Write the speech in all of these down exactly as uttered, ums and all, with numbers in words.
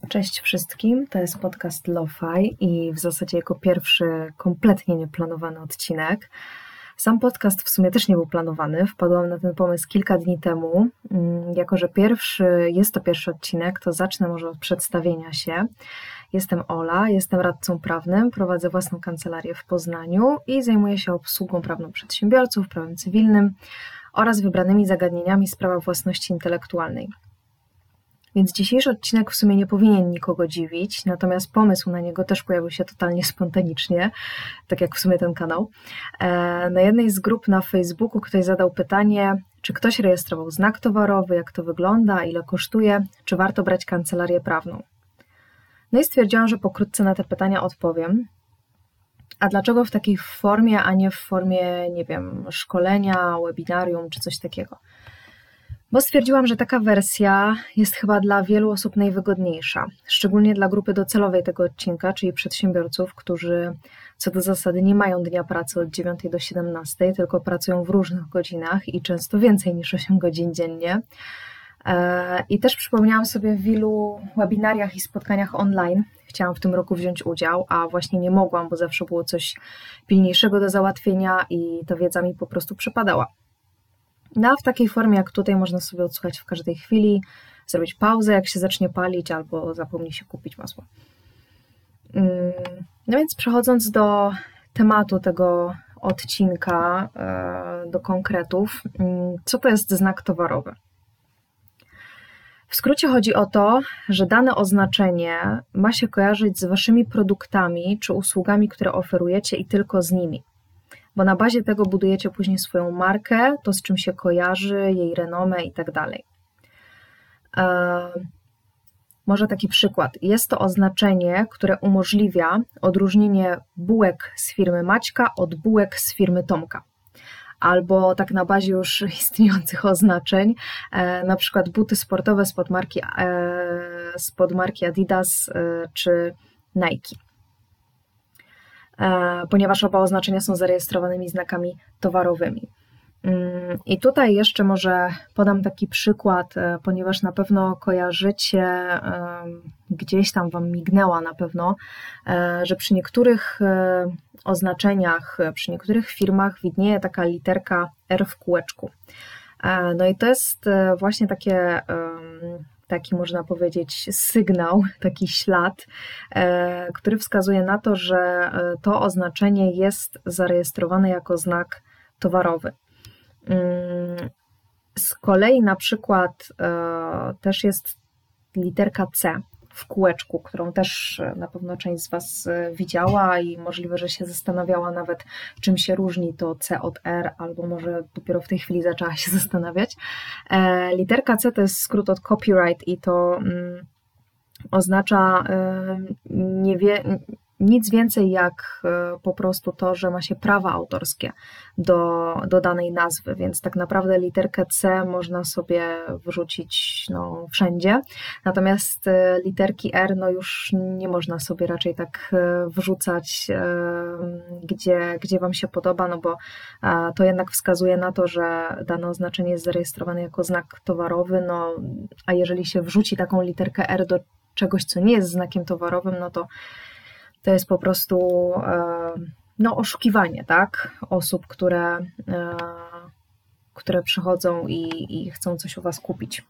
Cześć wszystkim, to jest podcast Lo-Fi i w zasadzie jako pierwszy kompletnie nieplanowany odcinek. Sam podcast w sumie też nie był planowany, wpadłam na ten pomysł kilka dni temu. Jako że pierwszy, jest to pierwszy odcinek, to zacznę może od przedstawienia się. Jestem Ola, jestem radcą prawnym, prowadzę własną kancelarię w Poznaniu i zajmuję się obsługą prawną przedsiębiorców, prawem cywilnym oraz wybranymi zagadnieniami z prawa własności intelektualnej. Więc dzisiejszy odcinek w sumie nie powinien nikogo dziwić, natomiast pomysł na niego też pojawił się totalnie spontanicznie, tak jak w sumie ten kanał. Na jednej z grup na Facebooku ktoś zadał pytanie, czy ktoś rejestrował znak towarowy, jak to wygląda, ile kosztuje, czy warto brać kancelarię prawną. No i stwierdziłam, że pokrótce na te pytania odpowiem. A dlaczego w takiej formie, a nie w formie, nie wiem, szkolenia, webinarium czy coś takiego? Bo stwierdziłam, że taka wersja jest chyba dla wielu osób najwygodniejsza, szczególnie dla grupy docelowej tego odcinka, czyli przedsiębiorców, którzy co do zasady nie mają dnia pracy od dziewiątej do siedemnastej, tylko pracują w różnych godzinach i często więcej niż osiem godzin dziennie. I też przypomniałam sobie w wielu webinariach i spotkaniach online. Chciałam w tym roku wziąć udział, a właśnie nie mogłam, bo zawsze było coś pilniejszego do załatwienia i ta wiedza mi po prostu przepadała. No a w takiej formie jak tutaj można sobie odsłuchać w każdej chwili, zrobić pauzę jak się zacznie palić albo zapomni się kupić masło. No więc przechodząc do tematu tego odcinka, do konkretów, co to jest znak towarowy? W skrócie chodzi o to, że dane oznaczenie ma się kojarzyć z waszymi produktami czy usługami, które oferujecie i tylko z nimi. Bo na bazie tego budujecie później swoją markę, to z czym się kojarzy, jej renomę i tak dalej. Może taki przykład. Jest to oznaczenie, które umożliwia odróżnienie bułek z firmy Maćka od bułek z firmy Tomka. Albo tak na bazie już istniejących oznaczeń, na przykład buty sportowe spod marki, spod marki Adidas czy Nike. Ponieważ oba oznaczenia są zarejestrowanymi znakami towarowymi. I tutaj jeszcze może podam taki przykład, ponieważ na pewno kojarzycie, gdzieś tam wam mignęła na pewno, że przy niektórych oznaczeniach, przy niektórych firmach widnieje taka literka R w kółeczku. No i to jest właśnie takie... taki można powiedzieć sygnał, taki ślad, który wskazuje na to, że to oznaczenie jest zarejestrowane jako znak towarowy. Z kolei na przykład też jest literka C w kółeczku, którą też na pewno część z was widziała i możliwe, że się zastanawiała nawet, czym się różni to C od R, albo może dopiero w tej chwili zaczęła się zastanawiać. Literka C to jest skrót od copyright i to mm, oznacza nie wie, nic więcej jak po prostu to, że ma się prawa autorskie do, do danej nazwy, więc tak naprawdę literkę C można sobie wrzucić no, wszędzie, natomiast literki R no już nie można sobie raczej tak wrzucać, gdzie, gdzie wam się podoba, no bo to jednak wskazuje na to, że dane oznaczenie jest zarejestrowane jako znak towarowy, no a jeżeli się wrzuci taką literkę R do czegoś, co nie jest znakiem towarowym, no to to jest po prostu no, oszukiwanie, tak? Osób, które, które przychodzą i, i chcą coś u was kupić.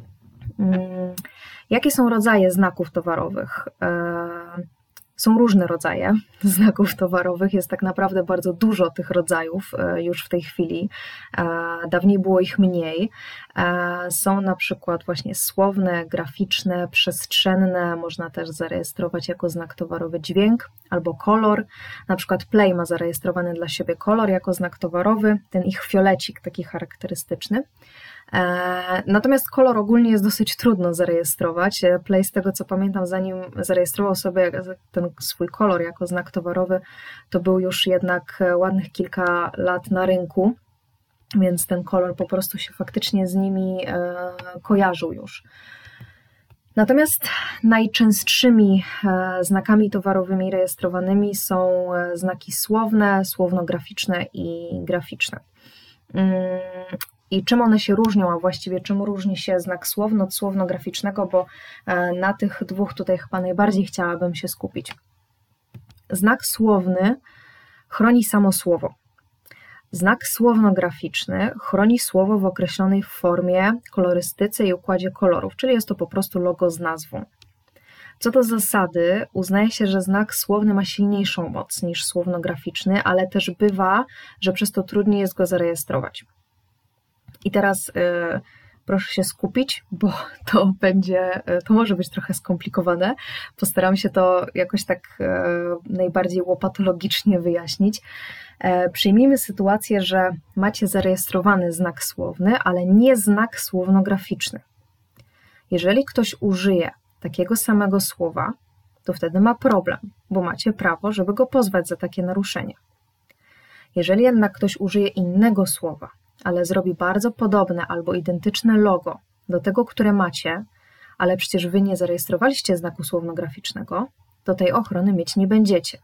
Jakie są rodzaje znaków towarowych? Są różne rodzaje znaków towarowych, jest tak naprawdę bardzo dużo tych rodzajów już w tej chwili, dawniej było ich mniej. Są na przykład właśnie słowne, graficzne, przestrzenne, można też zarejestrować jako znak towarowy dźwięk albo kolor, na przykład Play ma zarejestrowany dla siebie kolor jako znak towarowy, ten ich fiolecik taki charakterystyczny. Natomiast kolor ogólnie jest dosyć trudno zarejestrować. Play, z tego co pamiętam, zanim zarejestrował sobie ten swój kolor jako znak towarowy, to był już jednak ładnych kilka lat na rynku, więc ten kolor po prostu się faktycznie z nimi kojarzył już. Natomiast najczęstszymi znakami towarowymi rejestrowanymi są znaki słowne, słowno-graficzne i graficzne. i czym one się różnią, a właściwie czym różni się znak słowny od słowno-graficznego, bo na tych dwóch tutaj chyba najbardziej chciałabym się skupić. Znak słowny chroni samo słowo. Znak słowno-graficzny chroni słowo w określonej formie, kolorystyce i układzie kolorów, czyli jest to po prostu logo z nazwą. Co do zasady uznaje się, że znak słowny ma silniejszą moc niż słowno-graficzny, ale też bywa, że przez to trudniej jest go zarejestrować. I teraz yy, proszę się skupić, bo to będzie, to może być trochę skomplikowane. Postaram się to jakoś tak yy, najbardziej łopatologicznie wyjaśnić. Yy, przyjmijmy sytuację, że macie zarejestrowany znak słowny, ale nie znak słowno-graficzny. Jeżeli ktoś użyje takiego samego słowa, to wtedy ma problem, bo macie prawo, żeby go pozwać za takie naruszenie. Jeżeli jednak ktoś użyje innego słowa, ale zrobi bardzo podobne albo identyczne logo do tego, które macie, ale przecież wy nie zarejestrowaliście znaku słowno-graficznego, to tej ochrony mieć nie będziecie.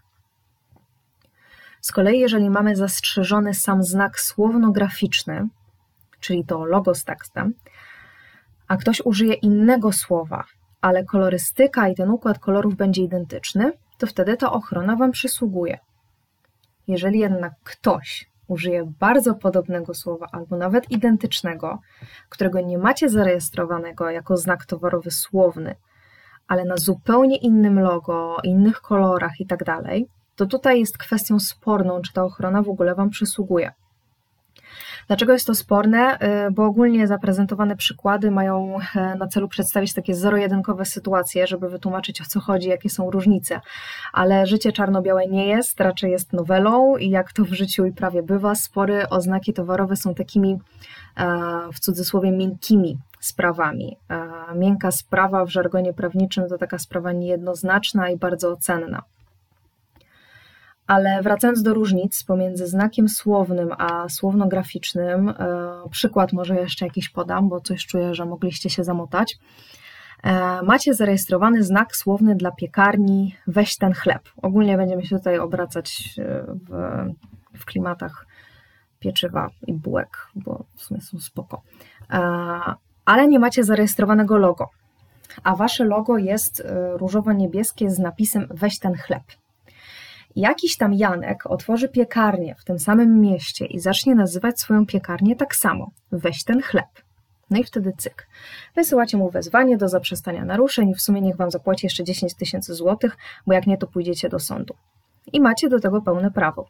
Z kolei jeżeli mamy zastrzeżony sam znak słowno-graficzny, czyli to logo z tekstem, a ktoś użyje innego słowa, ale kolorystyka i ten układ kolorów będzie identyczny, to wtedy ta ochrona wam przysługuje. Jeżeli jednak ktoś użyje bardzo podobnego słowa albo nawet identycznego, którego nie macie zarejestrowanego jako znak towarowy słowny, ale na zupełnie innym logo, innych kolorach i tak dalej, to tutaj jest kwestią sporną, czy ta ochrona w ogóle wam przysługuje. Dlaczego jest to sporne? Bo ogólnie zaprezentowane przykłady mają na celu przedstawić takie zero-jedynkowe sytuacje, żeby wytłumaczyć, o co chodzi, jakie są różnice. Ale życie czarno-białe nie jest, raczej jest nowelą i jak to w życiu i prawie bywa, spory o znaki towarowe są takimi w cudzysłowie miękkimi sprawami. Miękka sprawa w żargonie prawniczym to taka sprawa niejednoznaczna i bardzo cenna. Ale wracając do różnic pomiędzy znakiem słownym a słowno-graficznym, e, przykład może jeszcze jakiś podam, bo coś czuję, że mogliście się zamotać. E, macie zarejestrowany znak słowny dla piekarni Weź ten chleb. Ogólnie będziemy się tutaj obracać w, w klimatach pieczywa i bułek, bo w sumie są spoko. E, ale nie macie zarejestrowanego logo, a wasze logo jest różowo-niebieskie z napisem Weź ten chleb. Jakiś tam Janek otworzy piekarnię w tym samym mieście i zacznie nazywać swoją piekarnię tak samo. Weź ten chleb. No i wtedy cyk. Wysyłacie mu wezwanie do zaprzestania naruszeń i w sumie niech wam zapłaci jeszcze dziesięć tysięcy złotych, bo jak nie, to pójdziecie do sądu. I macie do tego pełne prawo.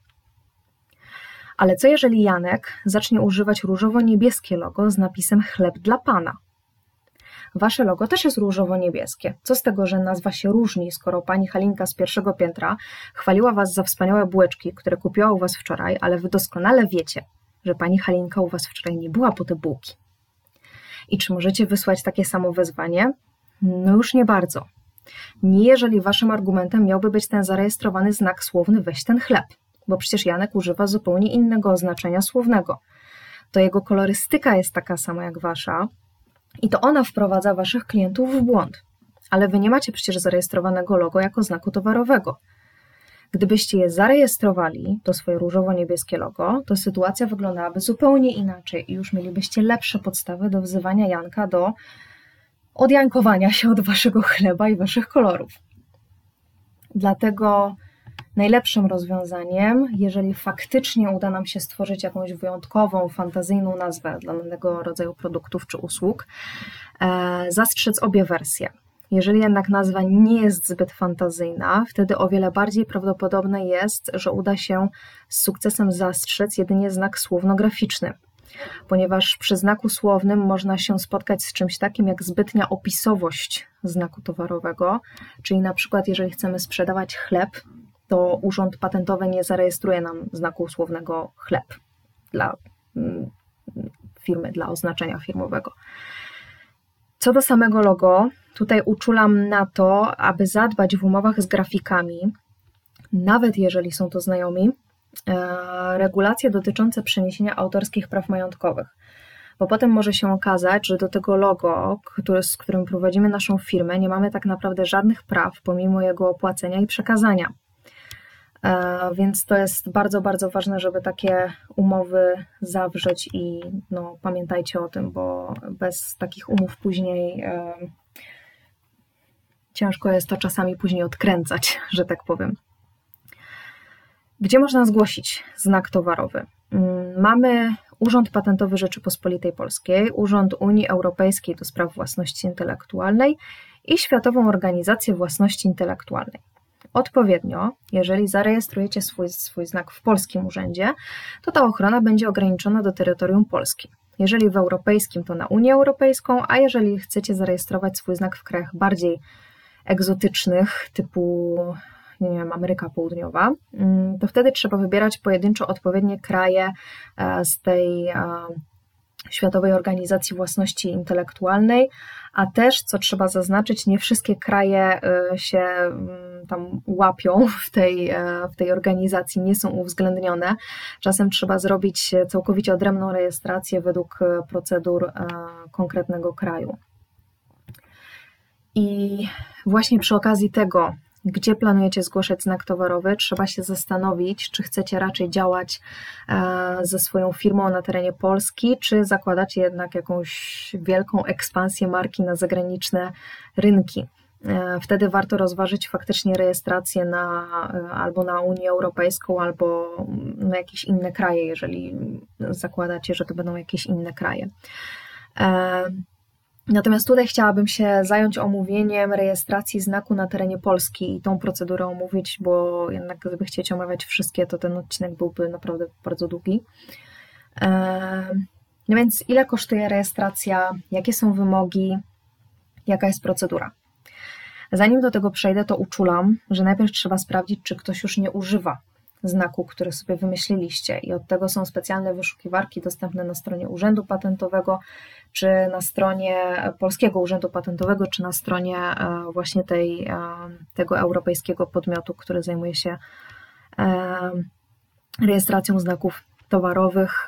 Ale co jeżeli Janek zacznie używać różowo-niebieskie logo z napisem chleb dla pana? Wasze logo też jest różowo-niebieskie. Co z tego, że nazwa się różni, skoro pani Halinka z pierwszego piętra chwaliła was za wspaniałe bułeczki, które kupiła u was wczoraj, ale wy doskonale wiecie, że pani Halinka u was wczoraj nie była po te bułki. I czy możecie wysłać takie samo wezwanie? No już nie bardzo. Nie jeżeli waszym argumentem miałby być ten zarejestrowany znak słowny Weź ten chleb, bo przecież Janek używa zupełnie innego oznaczenia słownego. To jego kolorystyka jest taka sama jak wasza, i to ona wprowadza waszych klientów w błąd. Ale wy nie macie przecież zarejestrowanego logo jako znaku towarowego. Gdybyście je zarejestrowali, to swoje różowo-niebieskie logo, to sytuacja wyglądałaby zupełnie inaczej i już mielibyście lepsze podstawy do wzywania Janka do odjankowania się od waszego chleba i waszych kolorów. Dlatego najlepszym rozwiązaniem, jeżeli faktycznie uda nam się stworzyć jakąś wyjątkową, fantazyjną nazwę dla danego rodzaju produktów czy usług, e, zastrzec obie wersje. Jeżeli jednak nazwa nie jest zbyt fantazyjna, wtedy o wiele bardziej prawdopodobne jest, że uda się z sukcesem zastrzec jedynie znak słowno-graficzny, ponieważ przy znaku słownym można się spotkać z czymś takim jak zbytnia opisowość znaku towarowego, czyli na przykład jeżeli chcemy sprzedawać chleb, to Urząd Patentowy nie zarejestruje nam znaku słownego chleb dla firmy, dla oznaczenia firmowego. Co do samego logo, tutaj uczulam na to, aby zadbać w umowach z grafikami, nawet jeżeli są to znajomi, regulacje dotyczące przeniesienia autorskich praw majątkowych. Bo potem może się okazać, że do tego logo, który, z którym prowadzimy naszą firmę, nie mamy tak naprawdę żadnych praw, pomimo jego opłacenia i przekazania. Więc to jest bardzo, bardzo ważne, żeby takie umowy zawrzeć i no, pamiętajcie o tym, bo bez takich umów później ciężko jest to czasami później odkręcać, że tak powiem. Gdzie można zgłosić znak towarowy? Mamy Urząd Patentowy Rzeczypospolitej Polskiej, Urząd Unii Europejskiej do spraw własności intelektualnej i Światową Organizację Własności Intelektualnej. Odpowiednio, jeżeli zarejestrujecie swój, swój znak w polskim urzędzie, to ta ochrona będzie ograniczona do terytorium Polski. Jeżeli w europejskim, to na Unię Europejską, a jeżeli chcecie zarejestrować swój znak w krajach bardziej egzotycznych, typu nie wiem, Ameryka Południowa, to wtedy trzeba wybierać pojedynczo odpowiednie kraje z tej Światowej Organizacji Własności Intelektualnej, a też, co trzeba zaznaczyć, nie wszystkie kraje się tam łapią w tej, w tej organizacji, nie są uwzględnione. Czasem trzeba zrobić całkowicie odrębną rejestrację według procedur konkretnego kraju. I właśnie przy okazji tego, gdzie planujecie zgłaszać znak towarowy, trzeba się zastanowić, czy chcecie raczej działać ze swoją firmą na terenie Polski, czy zakładacie jednak jakąś wielką ekspansję marki na zagraniczne rynki. Wtedy warto rozważyć faktycznie rejestrację na, albo na Unię Europejską, albo na jakieś inne kraje, jeżeli zakładacie, że to będą jakieś inne kraje. Natomiast tutaj chciałabym się zająć omówieniem rejestracji znaku na terenie Polski i tą procedurę omówić, bo jednak gdyby chcieć omawiać wszystkie, to ten odcinek byłby naprawdę bardzo długi. No więc ile kosztuje rejestracja, jakie są wymogi, jaka jest procedura? Zanim do tego przejdę, to uczulam, że najpierw trzeba sprawdzić, czy ktoś już nie używa znaku, który sobie wymyśliliście i od tego są specjalne wyszukiwarki dostępne na stronie Urzędu Patentowego, czy na stronie Polskiego Urzędu Patentowego, czy na stronie właśnie tej, tego europejskiego podmiotu, który zajmuje się rejestracją znaków towarowych.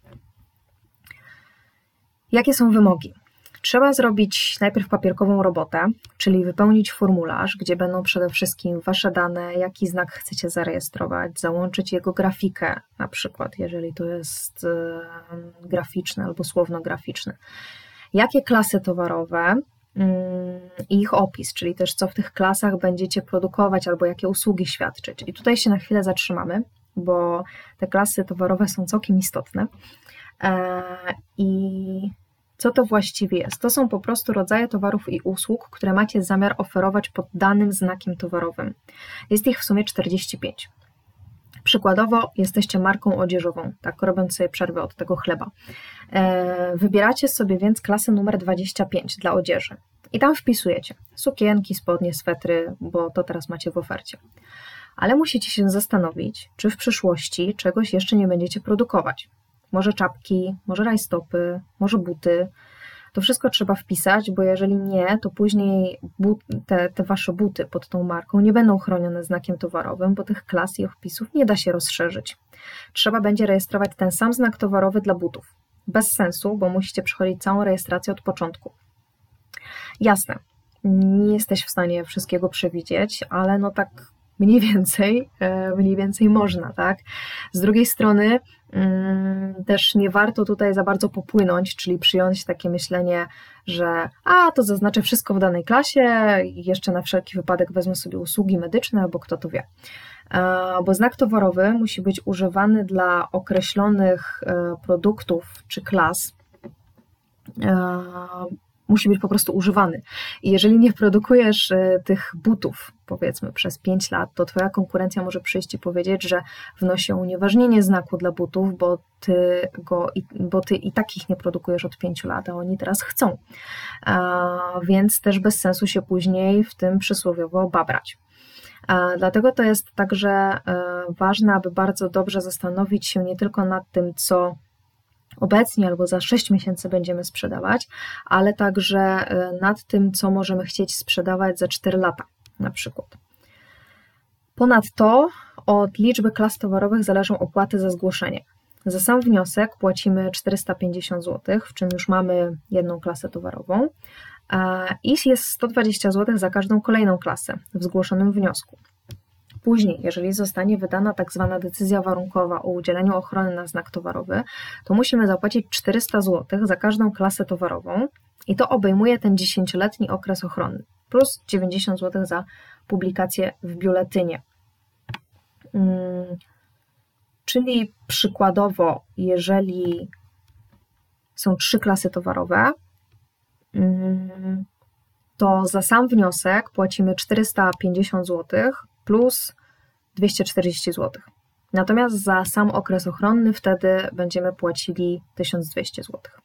Jakie są wymogi? Trzeba zrobić najpierw papierkową robotę, czyli wypełnić formularz, gdzie będą przede wszystkim Wasze dane, jaki znak chcecie zarejestrować, załączyć jego grafikę, na przykład, jeżeli to jest graficzny albo słowno-graficzny. Jakie klasy towarowe i ich opis, czyli też co w tych klasach będziecie produkować albo jakie usługi świadczyć. I tutaj się na chwilę zatrzymamy, bo te klasy towarowe są całkiem istotne. I co to właściwie jest? To są po prostu rodzaje towarów i usług, które macie zamiar oferować pod danym znakiem towarowym. Jest ich w sumie czterdzieści pięć. Przykładowo jesteście marką odzieżową, tak robiąc sobie przerwę od tego chleba. Wybieracie sobie więc klasę numer dwadzieścia pięć dla odzieży i tam wpisujecie sukienki, spodnie, swetry, bo to teraz macie w ofercie. Ale musicie się zastanowić, czy w przyszłości czegoś jeszcze nie będziecie produkować. Może czapki, może rajstopy, może buty. To wszystko trzeba wpisać, bo jeżeli nie, to później but, te, te Wasze buty pod tą marką nie będą chronione znakiem towarowym, bo tych klas i opisów nie da się rozszerzyć. Trzeba będzie rejestrować ten sam znak towarowy dla butów. Bez sensu, bo musicie przechodzić całą rejestrację od początku. Jasne, nie jesteś w stanie wszystkiego przewidzieć, ale no tak mniej więcej, mniej więcej można, tak? Z drugiej strony też nie warto tutaj za bardzo popłynąć, czyli przyjąć takie myślenie, że a, to zaznaczę wszystko w danej klasie i jeszcze na wszelki wypadek wezmę sobie usługi medyczne, bo kto to wie. Bo znak towarowy musi być używany dla określonych produktów czy klas, musi być po prostu używany. I jeżeli nie produkujesz tych butów, powiedzmy, przez pięć lat, to Twoja konkurencja może przyjść i powiedzieć, że wnosi o unieważnienie znaku dla butów, bo Ty, go, bo ty i tak ich nie produkujesz od pięciu lat, a oni teraz chcą. A, więc też bez sensu się później w tym przysłowiowo babrać. A, dlatego to jest także ważne, aby bardzo dobrze zastanowić się nie tylko nad tym, co obecnie albo za sześć miesięcy będziemy sprzedawać, ale także nad tym, co możemy chcieć sprzedawać za cztery lata na przykład. Ponadto od liczby klas towarowych zależą opłaty za zgłoszenie. Za sam wniosek płacimy czterysta pięćdziesiąt złotych, w czym już mamy jedną klasę towarową, i jest sto dwadzieścia złotych za każdą kolejną klasę w zgłoszonym wniosku. Później, jeżeli zostanie wydana tak zwana decyzja warunkowa o udzieleniu ochrony na znak towarowy, to musimy zapłacić czterysta złotych za każdą klasę towarową i to obejmuje ten dziesięcioletni okres ochronny, plus dziewięćdziesiąt złotych za publikację w biuletynie. Hmm. Czyli przykładowo, jeżeli są trzy klasy towarowe, to za sam wniosek płacimy czterysta pięćdziesiąt złotych plus dwieście czterdzieści złotych. Natomiast za sam okres ochronny wtedy będziemy płacili tysiąc dwieście złotych.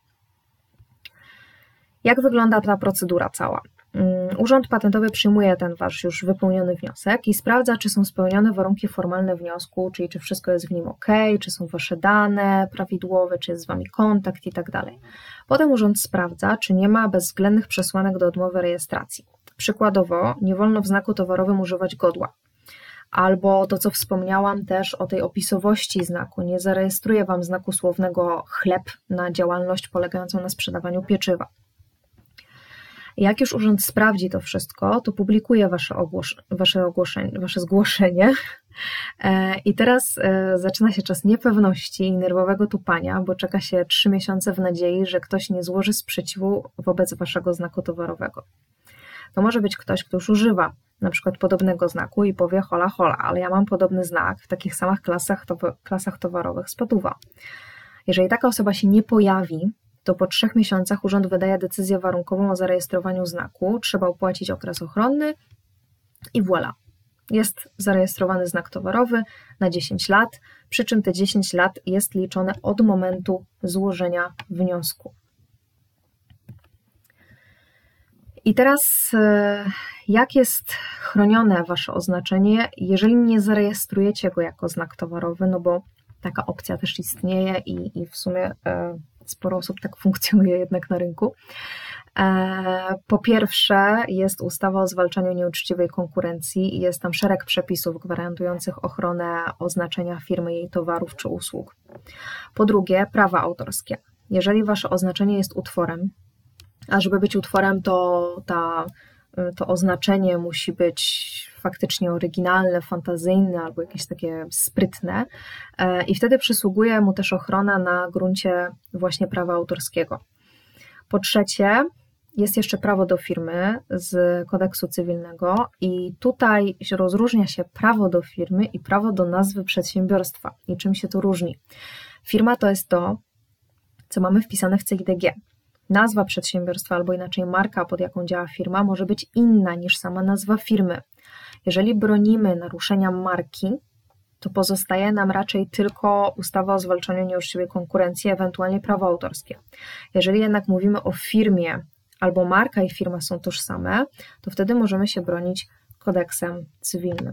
Jak wygląda ta procedura cała? Urząd Patentowy przyjmuje ten wasz już wypełniony wniosek i sprawdza, czy są spełnione warunki formalne wniosku, czyli czy wszystko jest w nim ok, czy są wasze dane prawidłowe, czy jest z wami kontakt i tak dalej. Potem urząd sprawdza, czy nie ma bezwzględnych przesłanek do odmowy rejestracji. Przykładowo, nie wolno w znaku towarowym używać godła. Albo to, co wspomniałam też o tej opisowości znaku. Nie zarejestruje wam znaku słownego chleb na działalność polegającą na sprzedawaniu pieczywa. Jak już urząd sprawdzi to wszystko, to publikuje wasze, ogłos- wasze, ogłoszenie, wasze zgłoszenie i teraz zaczyna się czas niepewności i nerwowego tupania, bo czeka się trzy miesiące w nadziei, że ktoś nie złoży sprzeciwu wobec waszego znaku towarowego. To może być ktoś, kto już używa na przykład podobnego znaku i powie hola hola, ale ja mam podobny znak w takich samych klasach, to- klasach towarowych z Paduwa. Jeżeli taka osoba się nie pojawi, to po trzech miesiącach urząd wydaje decyzję warunkową o zarejestrowaniu znaku, trzeba opłacić okres ochronny i voilà. Jest zarejestrowany znak towarowy na dziesięć lat, przy czym te dziesięć lat jest liczone od momentu złożenia wniosku. I teraz jak jest chronione wasze oznaczenie, jeżeli nie zarejestrujecie go jako znak towarowy, no bo taka opcja też istnieje i, i w sumie sporo osób tak funkcjonuje jednak na rynku. Po pierwsze jest ustawa o zwalczaniu nieuczciwej konkurencji i jest tam szereg przepisów gwarantujących ochronę oznaczenia firmy, jej towarów czy usług. Po drugie, prawa autorskie. Jeżeli wasze oznaczenie jest utworem, a żeby być utworem, to ta, to oznaczenie musi być faktycznie oryginalne, fantazyjne albo jakieś takie sprytne i wtedy przysługuje mu też ochrona na gruncie właśnie prawa autorskiego. Po trzecie, jest jeszcze prawo do firmy z kodeksu cywilnego i tutaj rozróżnia się prawo do firmy i prawo do nazwy przedsiębiorstwa. I czym się to różni? Firma to jest to, co mamy wpisane w C I D G. Nazwa przedsiębiorstwa albo inaczej marka, pod jaką działa firma, może być inna niż sama nazwa firmy. Jeżeli bronimy naruszenia marki, to pozostaje nam raczej tylko ustawa o zwalczaniu nieuczciwej konkurencji, ewentualnie prawo autorskie. Jeżeli jednak mówimy o firmie, albo marka i firma są tożsame, to wtedy możemy się bronić kodeksem cywilnym.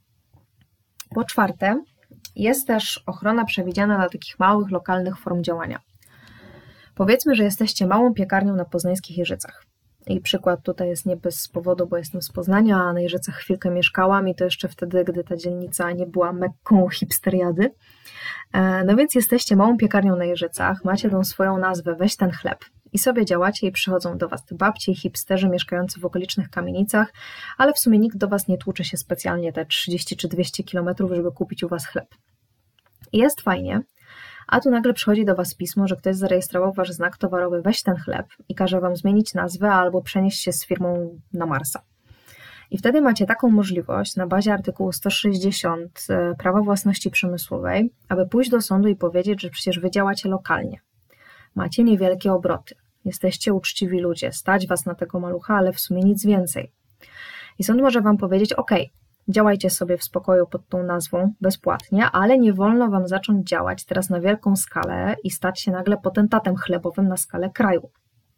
Po czwarte, jest też ochrona przewidziana dla takich małych, lokalnych form działania. Powiedzmy, że jesteście małą piekarnią na poznańskich Jeżycach. I przykład tutaj jest nie bez powodu, bo jestem z Poznania, a na Jeżycach chwilkę mieszkałam i to jeszcze wtedy, gdy ta dzielnica nie była mekką hipsteriady. No więc jesteście małą piekarnią na Jeżycach, macie tą swoją nazwę Weź ten chleb i sobie działacie i przychodzą do was te babcie i hipsterzy mieszkający w okolicznych kamienicach, ale w sumie nikt do was nie tłucze się specjalnie te trzydzieści czy dwieście kilometrów, żeby kupić u was chleb. I jest fajnie, a tu nagle przychodzi do was pismo, że ktoś zarejestrował wasz znak towarowy Weź ten chleb i każe wam zmienić nazwę albo przenieść się z firmą na Marsa. I wtedy macie taką możliwość na bazie artykułu sto sześćdziesiąt prawa własności przemysłowej, aby pójść do sądu i powiedzieć, że przecież wy działacie lokalnie. Macie niewielkie obroty, jesteście uczciwi ludzie, stać was na tego malucha, ale w sumie nic więcej. I sąd może wam powiedzieć, ok, działajcie sobie w spokoju pod tą nazwą bezpłatnie, ale nie wolno wam zacząć działać teraz na wielką skalę i stać się nagle potentatem chlebowym na skalę kraju.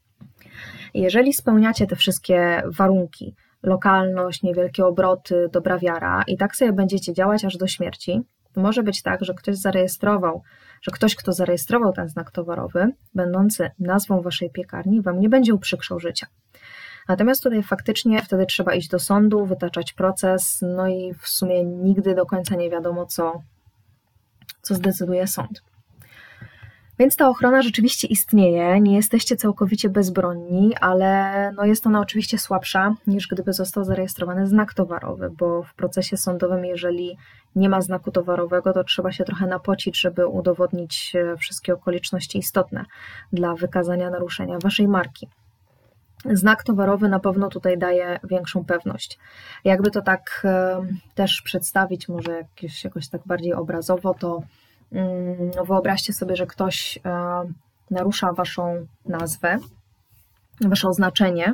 I jeżeli spełniacie te wszystkie warunki, lokalność, niewielkie obroty, dobra wiara i tak sobie będziecie działać aż do śmierci, to może być tak, że ktoś zarejestrował, że ktoś, kto zarejestrował ten znak towarowy, będący nazwą waszej piekarni, wam nie będzie uprzykrzał życia. Natomiast tutaj faktycznie wtedy trzeba iść do sądu, wytaczać proces, no i w sumie nigdy do końca nie wiadomo, co, co zdecyduje sąd. Więc ta ochrona rzeczywiście istnieje, nie jesteście całkowicie bezbronni, ale no jest ona oczywiście słabsza niż gdyby został zarejestrowany znak towarowy, bo w procesie sądowym, jeżeli nie ma znaku towarowego, to trzeba się trochę napocić, żeby udowodnić wszystkie okoliczności istotne dla wykazania naruszenia waszej marki. Znak towarowy na pewno tutaj daje większą pewność. Jakby to tak też przedstawić, może jakoś, jakoś tak bardziej obrazowo, to wyobraźcie sobie, że ktoś narusza waszą nazwę, wasze oznaczenie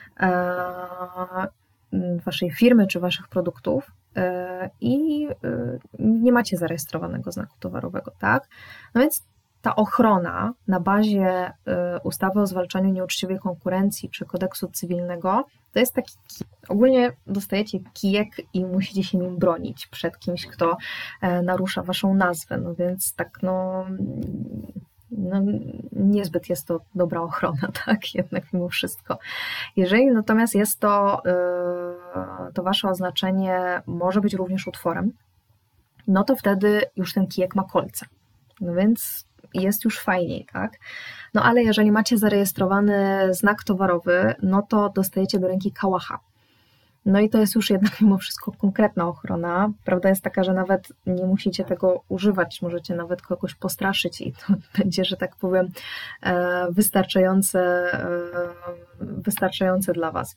waszej firmy czy waszych produktów i nie macie zarejestrowanego znaku towarowego, tak? No więc ta ochrona na bazie ustawy o zwalczaniu nieuczciwej konkurencji czy kodeksu cywilnego to jest taki kijek. Ogólnie dostajecie kijek i musicie się nim bronić przed kimś, kto narusza waszą nazwę, no więc tak no, no niezbyt jest to dobra ochrona, tak, jednak mimo wszystko. Jeżeli natomiast jest to, to wasze oznaczenie może być również utworem, no to wtedy już ten kijek ma kolce, no więc jest już fajniej, tak? No ale jeżeli macie zarejestrowany znak towarowy, no to dostajecie do ręki kałacha. No i to jest już jednak mimo wszystko konkretna ochrona. Prawda jest taka, że nawet nie musicie tego używać, możecie nawet kogoś postraszyć i to będzie, że tak powiem, wystarczające, wystarczające dla was.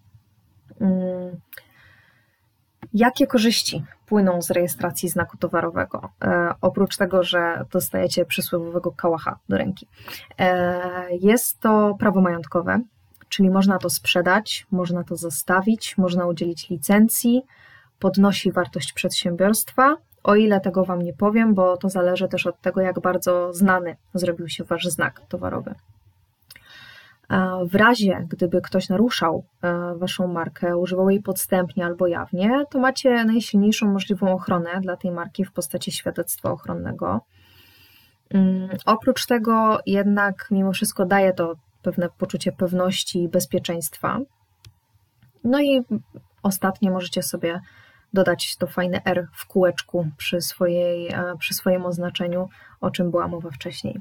Jakie korzyści płyną z rejestracji znaku towarowego? E, oprócz tego, że dostajecie przysłowiowego kałacha do ręki. E, jest to prawo majątkowe, czyli można to sprzedać, można to zostawić, można udzielić licencji, podnosi wartość przedsiębiorstwa, o ile tego wam nie powiem, bo to zależy też od tego, jak bardzo znany zrobił się wasz znak towarowy. W razie, gdyby ktoś naruszał waszą markę, używał jej podstępnie albo jawnie, to macie najsilniejszą możliwą ochronę dla tej marki w postaci świadectwa ochronnego. Oprócz tego jednak mimo wszystko daje to pewne poczucie pewności i bezpieczeństwa. No i ostatnie możecie sobie dodać to fajne R w kółeczku przy, swojej, przy swoim oznaczeniu, o czym była mowa wcześniej.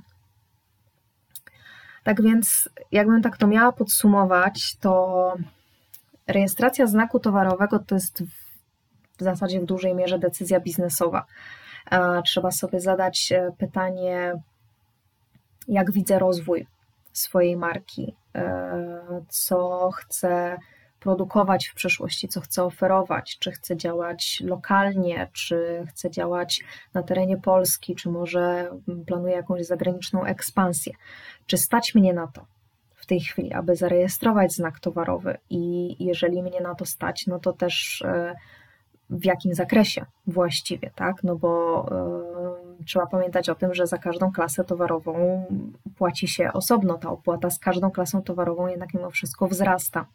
Tak więc, jakbym tak to miała podsumować, to rejestracja znaku towarowego to jest w zasadzie w dużej mierze decyzja biznesowa. Trzeba sobie zadać pytanie, jak widzę rozwój swojej marki, co chcę produkować w przyszłości, co chcę oferować, czy chcę działać lokalnie, czy chcę działać na terenie Polski, czy może planuję jakąś zagraniczną ekspansję. Czy stać mnie na to w tej chwili, aby zarejestrować znak towarowy i jeżeli mnie na to stać, no to też w jakim zakresie właściwie, tak? No bo y, trzeba pamiętać o tym, że za każdą klasę towarową płaci się osobno. Ta opłata z każdą klasą towarową jednak mimo wszystko wzrasta.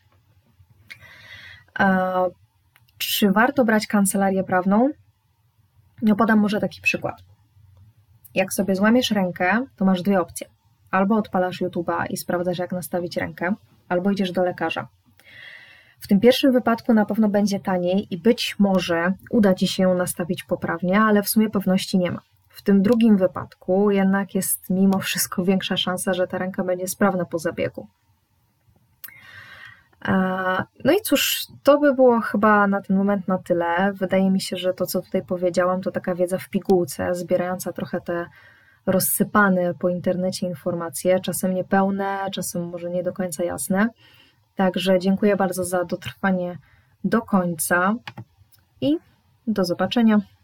Czy warto brać kancelarię prawną? No podam może taki przykład. Jak sobie złamiesz rękę, to masz dwie opcje. Albo odpalasz YouTube'a i sprawdzasz, jak nastawić rękę, albo idziesz do lekarza. W tym pierwszym wypadku na pewno będzie taniej i być może uda ci się ją nastawić poprawnie, ale w sumie pewności nie ma. W tym drugim wypadku jednak jest mimo wszystko większa szansa, że ta ręka będzie sprawna po zabiegu. No i cóż, to by było chyba na ten moment na tyle. Wydaje mi się, że to, co tutaj powiedziałam, to taka wiedza w pigułce, zbierająca trochę te rozsypane po internecie informacje, czasem niepełne, czasem może nie do końca jasne. Także dziękuję bardzo za dotrwanie do końca i do zobaczenia.